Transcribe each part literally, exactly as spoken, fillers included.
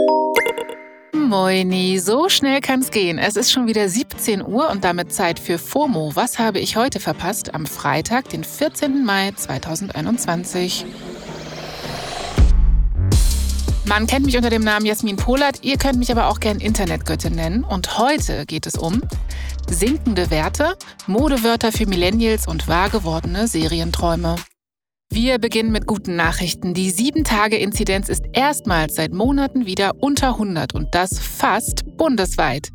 Moini, so schnell kann's gehen. Es ist schon wieder siebzehn Uhr und damit Zeit für FOMO. Was habe ich heute verpasst? Am Freitag, den vierzehnten Mai zweitausendeinundzwanzig. Man kennt mich unter dem Namen Jasmin Polat, ihr könnt mich aber auch gern Internetgöttin nennen. Und heute geht es um sinkende Werte, Modewörter für Millennials und wahr gewordene Serienträume. Wir beginnen mit guten Nachrichten. Die sieben Tage Inzidenz ist erstmals seit Monaten wieder unter hundert und das fast bundesweit.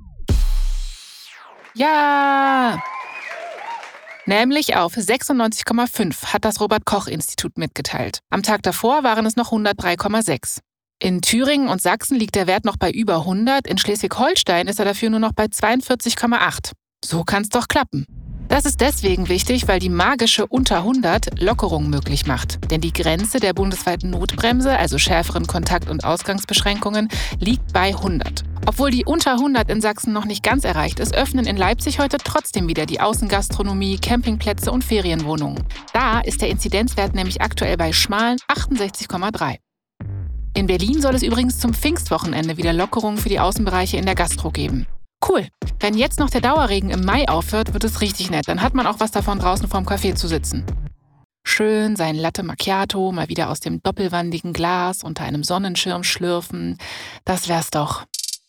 Ja! Nämlich auf sechsundneunzig Komma fünf hat das Robert-Koch-Institut mitgeteilt. Am Tag davor waren es noch hundertdrei Komma sechs. In Thüringen und Sachsen liegt der Wert noch bei über hundert, in Schleswig-Holstein ist er dafür nur noch bei zweiundvierzig Komma acht. So kann's doch klappen. Das ist deswegen wichtig, weil die magische unter hundert Lockerung möglich macht. Denn die Grenze der bundesweiten Notbremse, also schärferen Kontakt- und Ausgangsbeschränkungen, liegt bei hundert. Obwohl die unter hundert in Sachsen noch nicht ganz erreicht ist, öffnen in Leipzig heute trotzdem wieder die Außengastronomie, Campingplätze und Ferienwohnungen. Da ist der Inzidenzwert nämlich aktuell bei schmalen achtundsechzig Komma drei. In Berlin soll es übrigens zum Pfingstwochenende wieder Lockerungen für die Außenbereiche in der Gastro geben. Cool. Wenn jetzt noch der Dauerregen im Mai aufhört, wird es richtig nett. Dann hat man auch was davon, draußen vorm Café zu sitzen. Schön sein Latte Macchiato mal wieder aus dem doppelwandigen Glas unter einem Sonnenschirm schlürfen. Das wär's doch.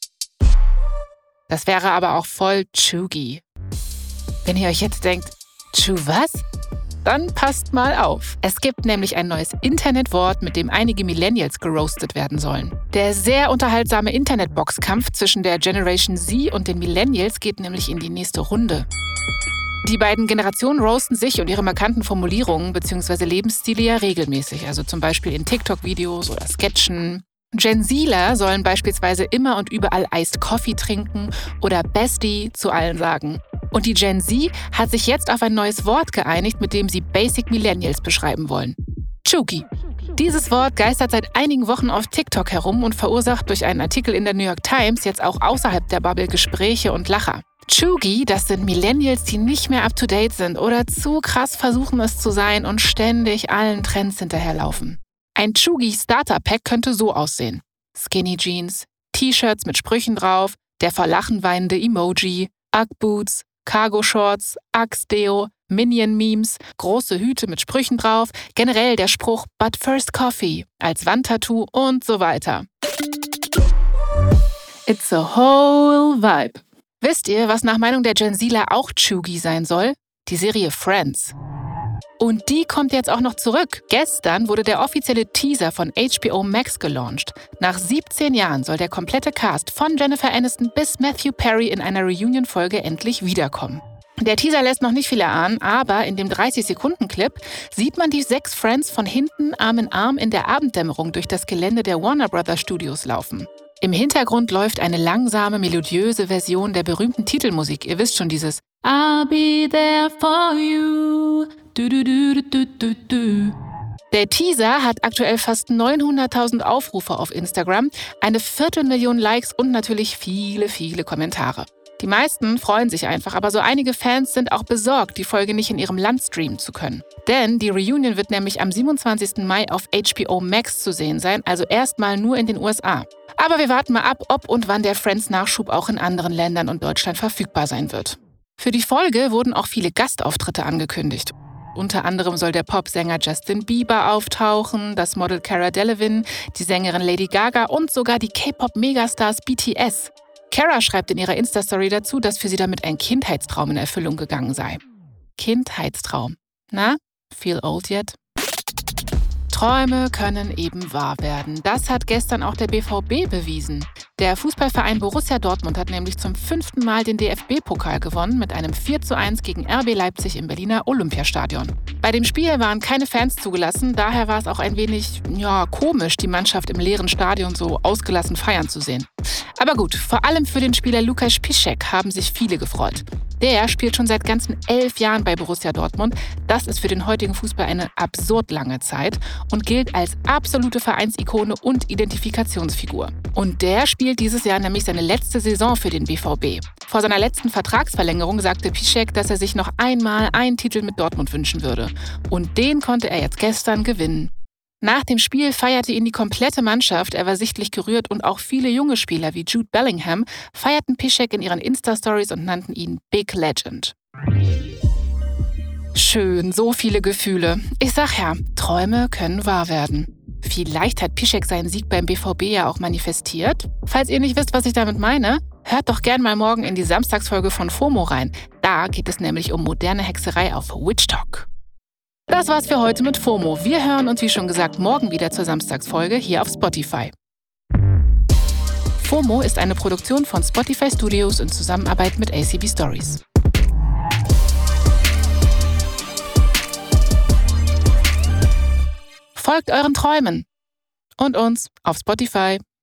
Das wäre aber auch voll chuggy. Wenn ihr euch jetzt denkt, Chu was? Dann passt mal auf. Es gibt nämlich ein neues Internetwort, mit dem einige Millennials geroastet werden sollen. Der sehr unterhaltsame Internetboxkampf zwischen der Generation Z und den Millennials geht nämlich in die nächste Runde. Die beiden Generationen roasten sich und ihre markanten Formulierungen bzw. Lebensstile ja regelmäßig, also zum Beispiel in TikTok-Videos oder Sketchen. Gen Zler sollen beispielsweise immer und überall Iced Coffee trinken oder Bestie zu allen sagen. Und die Gen Z hat sich jetzt auf ein neues Wort geeinigt, mit dem sie Basic Millennials beschreiben wollen. Chuggy. Dieses Wort geistert seit einigen Wochen auf TikTok herum und verursacht durch einen Artikel in der New York Times jetzt auch außerhalb der Bubble Gespräche und Lacher. Chuggy, das sind Millennials, die nicht mehr up-to-date sind oder zu krass versuchen es zu sein und ständig allen Trends hinterherlaufen. Ein Chuggy Starter Pack könnte so aussehen. Skinny Jeans, T-Shirts mit Sprüchen drauf, der vor Lachen weinende Emoji, Ugg Boots, Cargo Shorts, Axe Deo, Minion Memes, große Hüte mit Sprüchen drauf, generell der Spruch But first coffee als Wandtattoo und so weiter. It's a whole vibe. Wisst ihr, was nach Meinung der Gen Zler auch chuggy sein soll? Die Serie Friends. Und die kommt jetzt auch noch zurück. Gestern wurde der offizielle Teaser von H B O Max gelauncht. Nach siebzehn Jahren soll der komplette Cast von Jennifer Aniston bis Matthew Perry in einer Reunion-Folge endlich wiederkommen. Der Teaser lässt noch nicht viel erahnen, aber in dem dreißig-Sekunden-Clip sieht man die sechs Friends von hinten Arm in Arm in der Abenddämmerung durch das Gelände der Warner Brothers Studios laufen. Im Hintergrund läuft eine langsame, melodiöse Version der berühmten Titelmusik. Ihr wisst schon, dieses I'll be there for you. Du, du, du, du, du, du. Der Teaser hat aktuell fast neunhunderttausend Aufrufe auf Instagram, eine Viertelmillion Likes und natürlich viele, viele Kommentare. Die meisten freuen sich einfach, aber so einige Fans sind auch besorgt, die Folge nicht in ihrem Land streamen zu können. Denn die Reunion wird nämlich am siebenundzwanzigsten Mai auf H B O Max zu sehen sein, also erstmal nur in den U S A. Aber wir warten mal ab, ob und wann der Friends-Nachschub auch in anderen Ländern und Deutschland verfügbar sein wird. Für die Folge wurden auch viele Gastauftritte angekündigt. Unter anderem soll der Popsänger Justin Bieber auftauchen, das Model Cara Delevingne, die Sängerin Lady Gaga und sogar die K-Pop-Megastars B T S. Cara schreibt in ihrer Insta-Story dazu, dass für sie damit ein Kindheitstraum in Erfüllung gegangen sei. Kindheitstraum. Na, feel old yet? Träume können eben wahr werden. Das hat gestern auch der B V B bewiesen. Der Fußballverein Borussia Dortmund hat nämlich zum fünften Mal den D F B-Pokal gewonnen mit einem vier zu eins gegen R B Leipzig im Berliner Olympiastadion. Bei dem Spiel waren keine Fans zugelassen, daher war es auch ein wenig, ja, komisch, die Mannschaft im leeren Stadion so ausgelassen feiern zu sehen. Aber gut, vor allem für den Spieler Lukasz Piszczek haben sich viele gefreut. Der spielt schon seit ganzen elf Jahren bei Borussia Dortmund. Das ist für den heutigen Fußball eine absurd lange Zeit und gilt als absolute Vereinsikone und Identifikationsfigur. Und der spielt dieses Jahr nämlich seine letzte Saison für den B V B. Vor seiner letzten Vertragsverlängerung sagte Piszczek, dass er sich noch einmal einen Titel mit Dortmund wünschen würde. Und den konnte er jetzt gestern gewinnen. Nach dem Spiel feierte ihn die komplette Mannschaft, er war sichtlich gerührt und auch viele junge Spieler wie Jude Bellingham feierten Piszczek in ihren Insta-Stories und nannten ihn Big Legend. Schön, so viele Gefühle. Ich sag ja, Träume können wahr werden. Vielleicht hat Piszczek seinen Sieg beim B V B ja auch manifestiert. Falls ihr nicht wisst, was ich damit meine, hört doch gern mal morgen in die Samstagsfolge von FOMO rein. Da geht es nämlich um moderne Hexerei auf Witch Talk. Das war's für heute mit FOMO. Wir hören uns wie schon gesagt morgen wieder zur Samstagsfolge hier auf Spotify. FOMO ist eine Produktion von Spotify Studios in Zusammenarbeit mit A C B Stories. Folgt euren Träumen und uns auf Spotify.